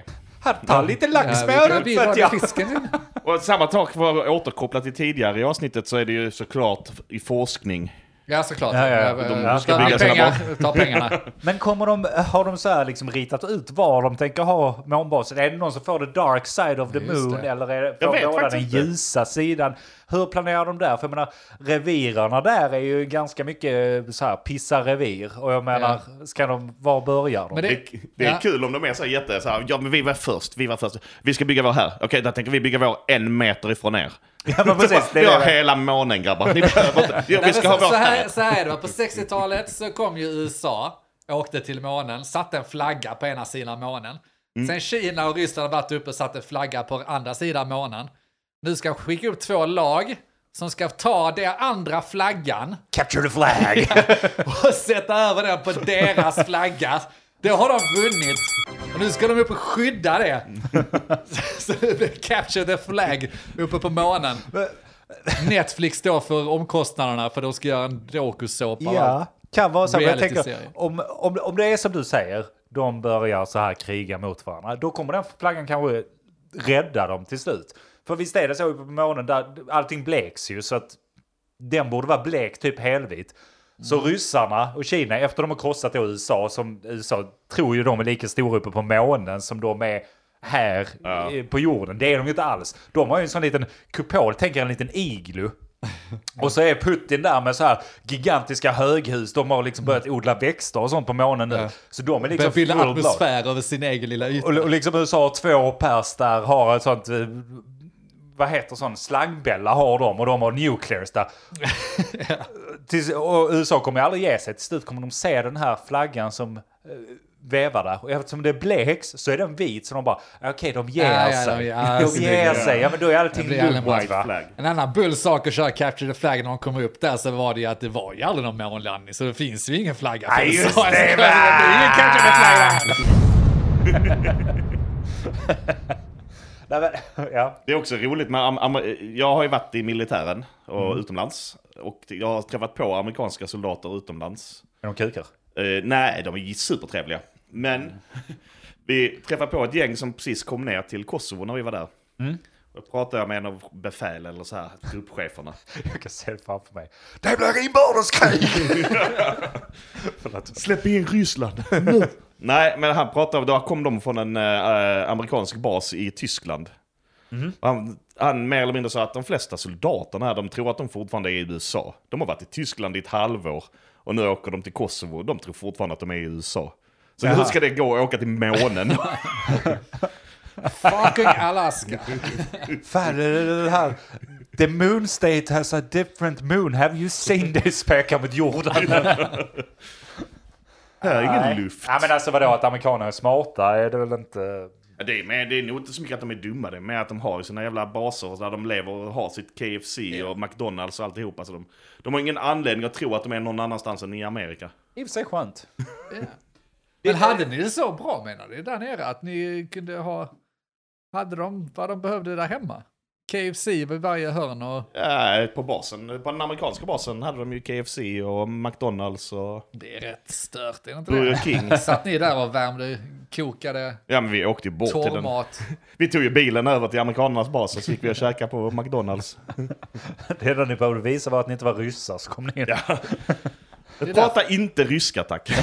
Han tar lite laxsmör upp för att jag... fisken. Och samma sak var återkopplat till tidigare i avsnittet, så är det ju såklart i forskning. Ja, såklart. De ska bygga sina ta pengarna. Men har de så här liksom ritat ut var de tänker ha månbasen? Är det någon som får the dark side of the moon? Eller är det båda den ljusa sidan? Hur planerar de där? För jag menar, revirerna där är ju ganska mycket så här pissa-revir. Och jag menar, var börjar de? Men det är kul om de är så här, ja men vi var först. Vi ska bygga vår här. Okej, där tänker vi bygga vår 1 meter ifrån er. Ja, men precis. Vi har hela månen, grabbar. Ni behöver inte. Vi ska ha vår här. Så här är det. På 60-talet så kom ju USA, åkte till månen, satte en flagga på ena sidan månen. Sen Kina och Ryssland har varit uppe och satte flagga på andra sidan månen. Nu ska de skicka upp 2 lag som ska ta det andra flaggan. Capture the flag! Och sätta över den på deras flagga. Det har de vunnit. Och nu ska de upp och skydda det. Så det blir Capture the flag uppe på månen. Netflix står för omkostnaderna för de ska göra en dokusåpa. Ja, kan vara så. Jag tänker, om det är som du säger, de börjar så här kriga mot varandra, då kommer den flaggan kanske rädda dem till slut. För visst är det så uppe på månen där allting bleks ju, så att den borde vara blek typ helvit. Så ryssarna och Kina, efter de har krossat USA, som USA tror ju de är lika stora uppe på månen som de är här på jorden. Det är de ju inte alls. De har ju en sån liten kupol, tänker en liten iglu. Och så är Putin där med så här gigantiska höghus. De har liksom börjat odla växter och sånt på månen nu. Så de är liksom bilda atmosfär över sin egen lilla yta. Och liksom USA 2 pers där har ett sånt... Vad heter sån? Slangbälla har de, och de har nuclears där. Och USA kommer aldrig ge sig. Till slut kommer de se den här flaggan som vevar där. Och eftersom det bleks så är den vit, så de bara, okej, de ger sig. De ger sig. Ja, men då är allting lugnt, va? En annan bullsak att köra Capture the Flag när de kommer upp där, så var det ju att det var ju aldrig någon månlandning, så det finns ju ingen flagga. Nej, just det! Det är ingen Capture the Flag. Ja. Det är också roligt med jag har ju varit i militären och utomlands, och jag har träffat på amerikanska soldater utomlands. Är de kukar? Nej, de är supertrevliga. Men vi träffade på ett gäng som precis kom ner till Kosovo när vi var där. Då pratade jag med en av befäl eller så här, gruppcheferna. Jag kan se det framför mig. Det blir inbördeskrig! Släpp in Ryssland. Nej, men han pratade, då kom de från en amerikansk bas i Tyskland. Han mer eller mindre sa att de flesta soldaterna här, de tror att de fortfarande är i USA. De har varit i Tyskland i ett halvår och nu åker de till Kosovo. De tror fortfarande att de är i USA. Så hur ska det gå att åka till månen? Fucking Alaska. Fan, det här. The moon state has a different moon. Have you seen this? Pekar mot jorden. Här är ingen luft. Ja, men alltså vadå, att amerikaner är smarta är det väl inte... Det är nog inte så mycket att de är dumma. Det är med att de har sina jävla baser där de lever och har sitt KFC och McDonalds och alltihop. Alltså de har ingen anledning att tro att de är någon annanstans än i Amerika. I och för sig skönt. Men hade ni det så bra, menar du, där nere? Att ni kunde ha... Hade de vad de behövde där hemma? KFC vid varje hörn och... Ja, på basen. På den amerikanska basen hade de ju KFC och McDonalds och... Det är rätt stört, är det inte Burger det? King. Satt ni där och värmde, kokade... Ja, men vi åkte ju bort till den. Vi tog ju bilen över till amerikanernas bas och så gick vi och käkade på McDonalds. Det enda ni behövde visa var att ni inte var ryssar, så kom ni in. Ja. Prata inte ryska, tack.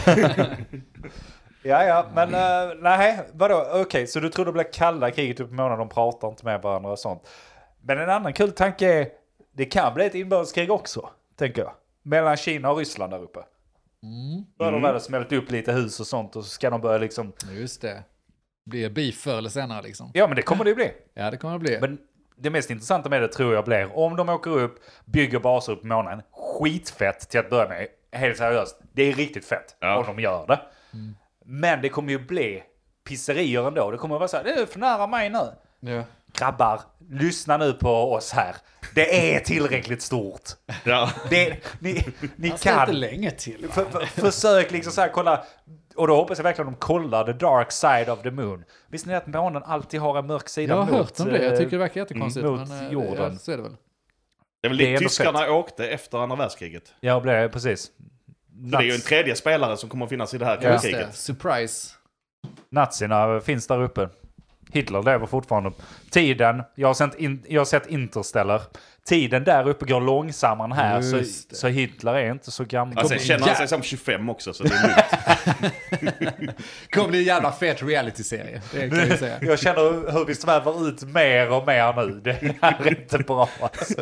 Ja, men nej, vadå? Okej, så du tror det blir kalla kriget upp på månaden, de pratar inte med varandra och sånt. Men en annan kul tanke är, det kan bli ett inbördeskrig också, tänker jag. Mellan Kina och Ryssland där uppe. Då har de väl smält upp lite hus och sånt, och så ska de börja liksom... Just det. Blir beef förr eller senare liksom. Ja, men det kommer det ju bli. Ja, det kommer det bli. Men det mest intressanta med det tror jag blir, om de åker upp, bygger baser upp på månaden, skitfett till att börja med. Helt seriöst, det är riktigt fett om de gör det. Men det kommer ju bli pisserier ändå. Det kommer att vara så här, det är för nära mig nu. Ja. Grabbar, lyssna nu på oss här. Det är tillräckligt stort. Ja. Ni kan... inte länge till. Försök liksom så här, kolla. Och då hoppas jag verkligen att de kollar the dark side of the moon. Visst ni att månen alltid har en mörk sida mot... Jag har hört om det. Jag tycker det verkar jättekonstigt. Mot jorden. Så är det väl. Det är väl det tyskarna åkte efter andra världskriget. Ja, precis. Det är ju en tredje spelare som kommer att finnas i det här kriget. Surprise. Nazierna finns där uppe. Hitler lever fortfarande. Tiden, jag har sett Interstellar. Tiden där uppe går långsammare än här, så Hitler är inte så gammal. Alltså, känner han sig som 25 också, så det är lugnt. Kommer bli en jävla fet reality-serie, det kan jag säga. Jag känner hur vi svävar ut mer och mer nu. Det är inte bra alltså.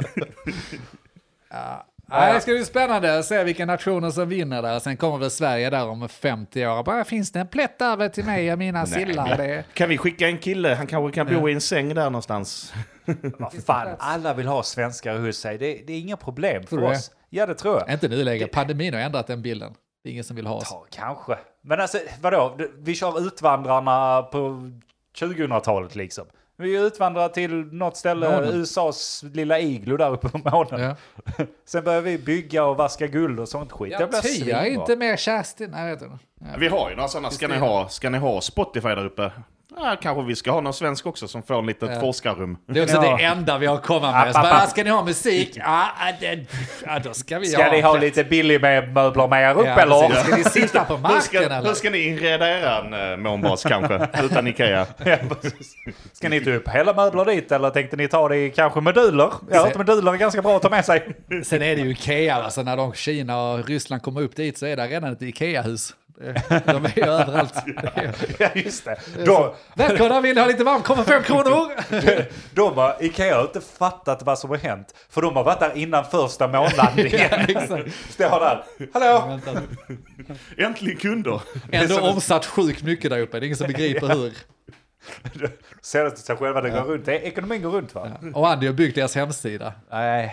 Ja, det ska bli spännande att se vilka nationer som vinner där. Sen kommer väl Sverige där om 50 år. Bara, finns det en plätt över till mig och mina sillar? Kan vi skicka en kille? Han kanske kan bo i en säng där någonstans. Vad fan, alla vill ha svenskar hos sig. Det är inga problem för oss. Ja, det tror jag. Inte nu längre. Pandemin har ändrat den bilden. Det är ingen som vill ha oss. Ja, kanske. Men alltså, vadå? Vi kör Utvandrarna på 2000-talet liksom. Vi utvandrar till något ställe, USAs lilla iglo där uppe på månen. Ja. Sen börjar vi bygga och vaska guld och sånt skit. Ja, Tia är inte mer Kerstin. Nej, vet inte. Ja. Vi har ju några sådana. Ska ni ha Spotify där uppe? Ja, kanske vi ska ha någon svensk också som får en litet forskarrum. Det är också det enda vi har kommit med. Bara, ska ni ha musik? Ja, då ska vi Ska ni ha lite billig med möbler med upp eller? Ska ni sitta på marken hur ska ni inreda eran månbas kanske? Utan Ikea. Ska ni ta upp hela möbler dit eller tänkte ni ta det i kanske moduler? Jag har hört moduler är ganska bra att ta med sig. Sen är det ju Ikea. Alltså när Kina och Ryssland kommer upp dit så är det redan ett Ikea-hus. De är ju överallt. Ja, just det. Välkomna, vill ha lite varmt, kommer 5 kronor. De har Ikea inte fattat vad som har hänt. För de har varit där innan första månlandningen. Står där. Hallå! Äntligen kunder. Ändå omsatt sjukt mycket där uppe. Det är ingen som begriper hur. Ser det till sig själva, det går runt. Ekonomin går runt, va? Ja. Och Andy har byggt deras hemsida. Nej.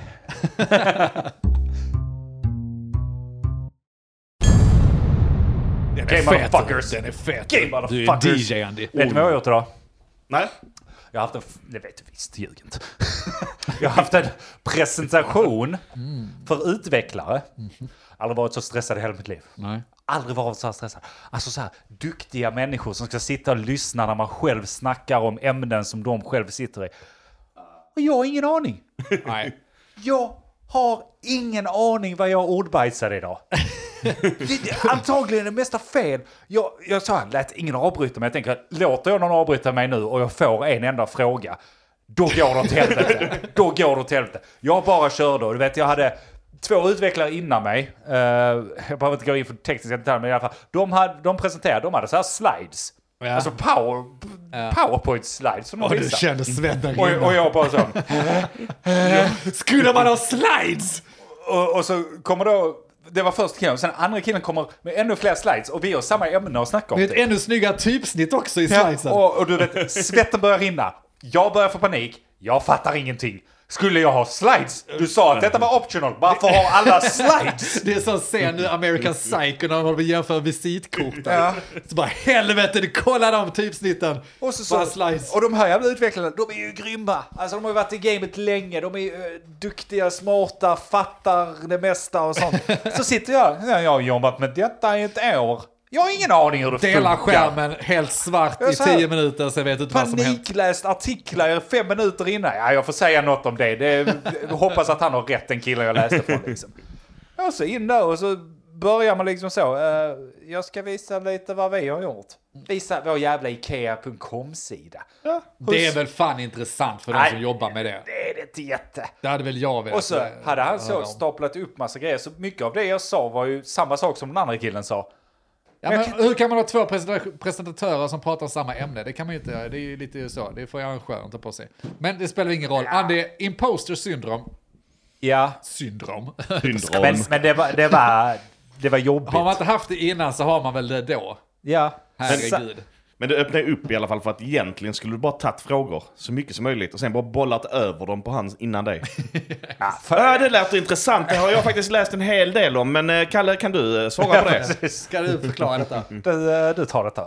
Den är fet. Du är DJ, Andy. Vet du vad jag har gjort idag? Nej. Jag har haft det vet du visst, ljug inte. Jag har haft en presentation för utvecklare. Aldrig varit så stressad i hela mitt liv. Nej. Aldrig varit så här stressad. Alltså så här, duktiga människor som ska sitta och lyssna när man själv snackar om ämnen som de själv sitter i. Och jag har ingen aning. Nej. Jag har ingen aning vad jag ordbajsade idag. Antagligen det mesta fel. Jag sa, lät ingen avbryta mig. Jag tänker, låter jag någon avbryta mig nu och jag får en enda fråga, då går det åt helvete. Jag bara körde och du vet, jag hade 2 utvecklare innan mig. Jag behöver inte gå in för tekniska detaljer, men i alla fall. De presenterade, de hade så här slides. Ja. Alltså PowerPoint slides som de visade. Du kände svetten. Och jag bara så. Skulle man ha slides? Och så kommer då. Det var första killen, sen andra killen kommer med ännu fler slides och vi har samma ämne att snacka om. Det är ett ännu snyggare typsnitt också i slidesen. Och du vet, svetten börjar rinna. Jag börjar få panik. Jag fattar ingenting. Skulle jag ha slides? Du sa att detta var optional. Varför har alla slides? Det är så scen nu American Psycho när de jämför visitkort. Ja. Så bara helvete, kolla de typsnitten. Och så slides. Och de här jävla utvecklarna, de är ju grymma. Alltså de har ju varit i gamet länge. De är ju duktiga, smarta, fattar det mesta och sånt. Så sitter jag har jobbat med detta i ett år. Jag har ingen aning hur det funkar. Dela skärmen helt svart i 10 minuter så vet du inte vad som hänt. Panikläst artiklar 5 minuter innan. Ja, jag får säga något om det. Jag hoppas att han har rätt, den killen jag läste från liksom. Och så in där och så börjar man liksom så. Jag ska visa lite vad vi har gjort. Visa vår jävla Ikea.com-sida. Ja. Det är väl fan intressant för de som jobbar med det. Det är det inte jätte. Det hade väl jag velat. Och så hade han så staplat upp massa grejer. Så mycket av det jag sa var ju samma sak som den andra killen sa. Ja, men hur kan man ha 2 presentatörer som pratar om samma ämne? Det kan man ju inte. Det är ju lite så. Det får arrangören ta på sig. Men det spelar ingen roll. Andy, imposter syndrom. Ja. Syndrom. Men det var jobbigt. Har man inte haft det innan så har man väl det då. Ja. Herregud. Men det öppnar upp i alla fall för att egentligen skulle du bara tagit frågor så mycket som möjligt och sen bara bollat över dem på hans innan dig. Det lät intressant. Det har jag faktiskt läst en hel del om. Men Kalle, kan du svara på det? Ska du förklara detta? Du tar detta.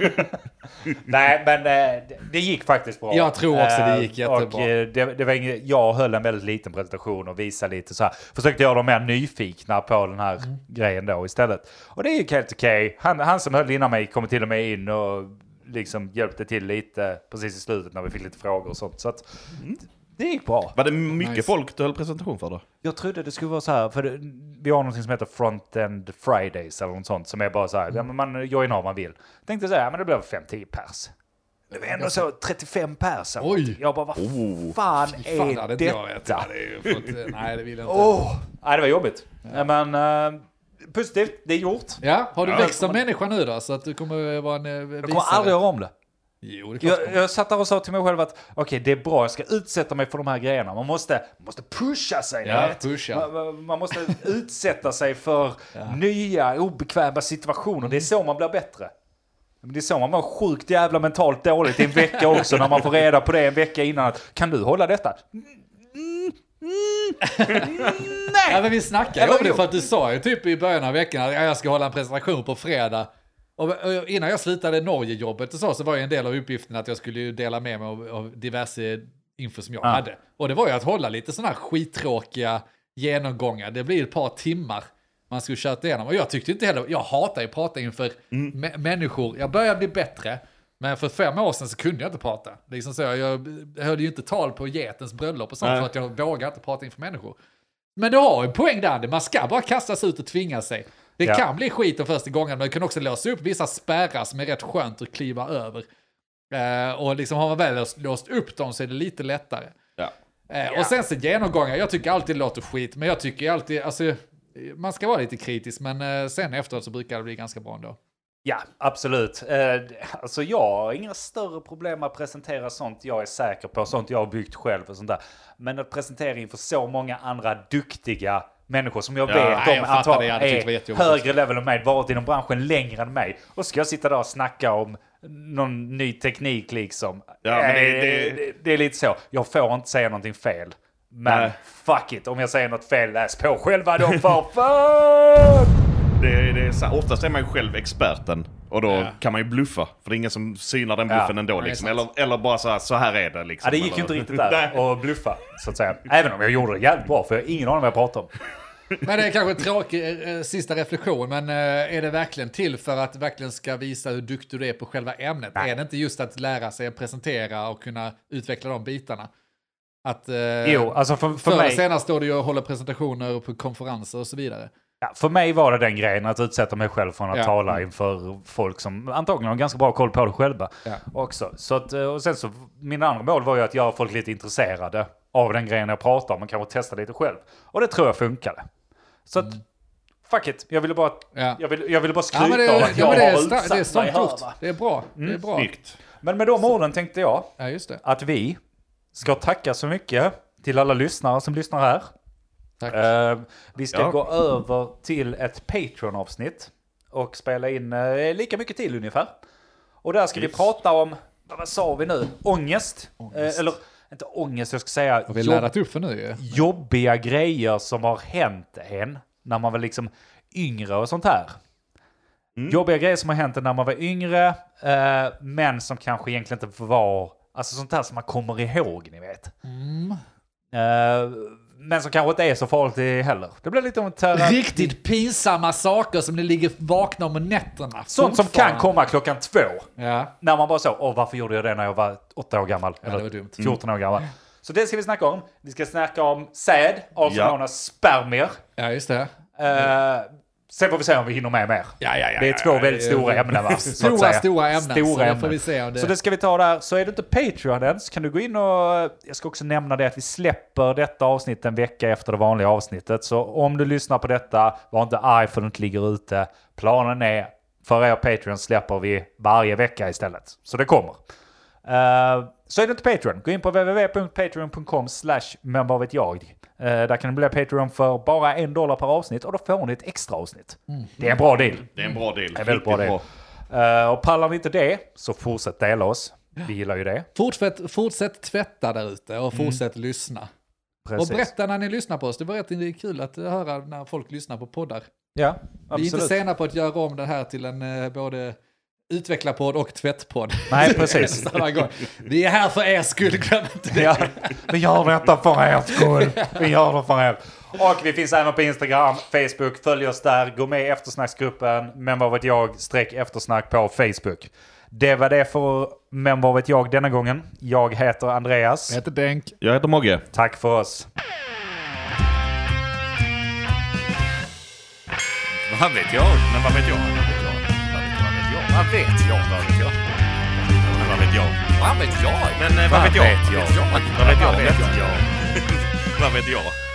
Nej, men det gick faktiskt bra. Jag tror också det gick jättebra. Och det var jag höll en väldigt liten presentation och visade lite så här. Försökte göra dem mer nyfikna på den här grejen då istället. Och det gick helt okej. Han som höll innan mig kom till och med in och liksom hjälpte till lite precis i slutet när vi fick lite frågor och sånt. Så att det gick bra. Var det mycket folk du höll presentation för då? Jag trodde det skulle vara så här, för vi har något som heter Front-End Fridays eller något sånt som är bara så här, ja, men man joinar om man vill. Tänkte så här, men det blev 5-10 pers. Det var ändå så 35 pers. Oj! Jag bara, vad fan är detta? Nej, det vill jag inte. Nej, det var jobbigt. Men positivt, det är gjort. Ja, har du växt som människa nu då? Så att du kommer vara en visare? Jag kommer aldrig göra om det. Jo, det jag satt där och sa till mig själv att okej, det är bra, jag ska utsätta mig för de här grejerna. Man måste pusha sig. Ja, pusha. Man måste utsätta sig för nya, obekväma situationer. Det är så man blir bättre. Men det är så man mår sjukt jävla mentalt dåligt i en vecka också, när man får reda på det en vecka innan. Kan du hålla detta? Nej! Ja, men vi snackade om det för att du sa ju typ i början av veckan att jag ska hålla en presentation på fredag. Och innan jag slutade Norge-jobbet så var ju en del av uppgiften att jag skulle dela med mig av diverse info som jag hade. Och det var ju att hålla lite sådana här skittråkiga genomgångar. Det blir ett par timmar man skulle köra igenom. Och jag tyckte inte heller, jag hatar ju att prata inför människor. Jag börjar bli bättre, men för 5 år sedan så kunde jag inte prata. Liksom så, jag hörde ju inte tal på getens bröllop och sånt för att jag vågar inte prata inför människor. Men det har en poäng där, man ska bara kastas ut och tvinga sig. Det kan bli skit de första gången, men det kan också låsa upp vissa spärrar som är rätt skönt att kliva över. Och liksom har man väl låst upp dem så är det lite lättare. Och sen så genomgångar, jag tycker alltid det låter skit, men jag tycker alltid, alltså, man ska vara lite kritisk, men sen efteråt så brukar det bli ganska bra ändå. Ja, absolut. Alltså jag har inga större problem att presentera sånt jag är säker på, sånt jag har byggt själv och sånt där. Men att presentera inför så många andra duktiga människor som jag vet de antagligen är högre level än mig, varit inom branschen längre än mig. Och ska jag sitta där och snacka om någon ny teknik liksom. Ja, men det är lite så. Jag får inte säga någonting fel. Men fuck it, om jag säger något fel, läs på själva då för fan! Det är så, oftast är man ju själv experten. Och då kan man ju bluffa. För det är ingen som synar den bluffen ändå. Liksom. Eller bara så här är det. Liksom. Ja, det gick ju inte riktigt där att bluffa, så att säga. Även om jag gjorde det jävligt bra, för jag har ingen aning vad jag pratar om. Men det är kanske en tråkig sista reflektion. Men är det verkligen till för att verkligen ska visa hur duktig du är på själva ämnet? Nej. Är det inte just att lära sig att presentera och kunna utveckla de bitarna? Att, jo, alltså för mig... Senast står det ju att hålla presentationer på konferenser och så vidare. Ja, för mig var det den grejen att utsätta mig själv från att tala inför folk som antagligen har ganska bra koll på det själva också. Så att, och sen så, min andra mål var ju att göra folk lite intresserade av den grejen jag pratar om och kanske testa lite själv. Och det tror jag funkade. Så att, fuck it. Jag ville bara, jag ville bara skryta av att jag har utsatt mig här. Det är bra. Det är bra. Men med de orden tänkte jag att vi ska tacka så mycket till alla lyssnare som lyssnar här. Vi ska gå över till ett Patreon-avsnitt och spela in lika mycket till ungefär. Och där ska vi prata om, vad sa vi nu? Ångest. Eller inte ångest, jag ska säga har vi lärat upp för nu? Jobbiga grejer som har hänt en när man var liksom yngre och sånt här. Jobbiga grejer som har hänt när man var yngre, men som kanske egentligen inte var, alltså sånt här som man kommer ihåg, ni vet. Men som kanske inte är så farligt heller. Det blir lite om riktigt pinsamma saker som det ligger vakna om nätterna. Sånt som kan komma 2:00. När man bara så, varför gjorde jag det när jag var 8 år gammal? Eller det var dumt. 14 år gammal. Så det ska vi snacka om. Vi ska snacka om säd, alltså spermier. Ja, just det. Sen får vi se om vi hinner med mer. Det är 2 väldigt stora ämnen, va? Stora ämnen. Får vi se om det. Så det ska vi ta där. Så är det inte Patreon än, så kan du gå in och... Jag ska också nämna det att vi släpper detta avsnitt en vecka efter det vanliga avsnittet. Så om du lyssnar på detta, var inte arg för att det inte ligger ute. Planen är, för er Patreon släpper vi varje vecka istället. Så det kommer. Så är det inte Patreon. Gå in på www.patreon.com/men vad vet jag. Där kan du bli Patreon för bara $1 per avsnitt och då får ni ett extra avsnitt. Det är en bra deal. Det är en bra deal. Det är väldigt bra deal. Och pallar ni inte det, så fortsätt dela oss. Vi gillar ju det. Fortsätt tvätta där ute och fortsätt lyssna. Precis. Och berätta när ni lyssnar på oss. Det var rätt kul att höra när folk lyssnar på poddar. Ja, absolut. Vi är inte sena på att göra om det här till en både utvecklarpodd och tvättpodd. Nej, precis. Vi är här för er skull, glöm inte det. Ja, vi gör detta för er skull. Vi gör det för er. Och vi finns även på Instagram, Facebook. Följ oss där. Gå med i eftersnacksgruppen. Men vad vet jag, _eftersnack på Facebook. Det var det för Men vad vet jag denna gången. Jag heter Andreas. Jag heter Denk. Jag heter Mogge. Tack för oss. Vad vet jag? Men vad vet jag? Vad vet jag? Men vad vet jag? jag? Vad vet jag? Men vad vet jag? Vad vet jag? Vad vet jag? Vad vet jag?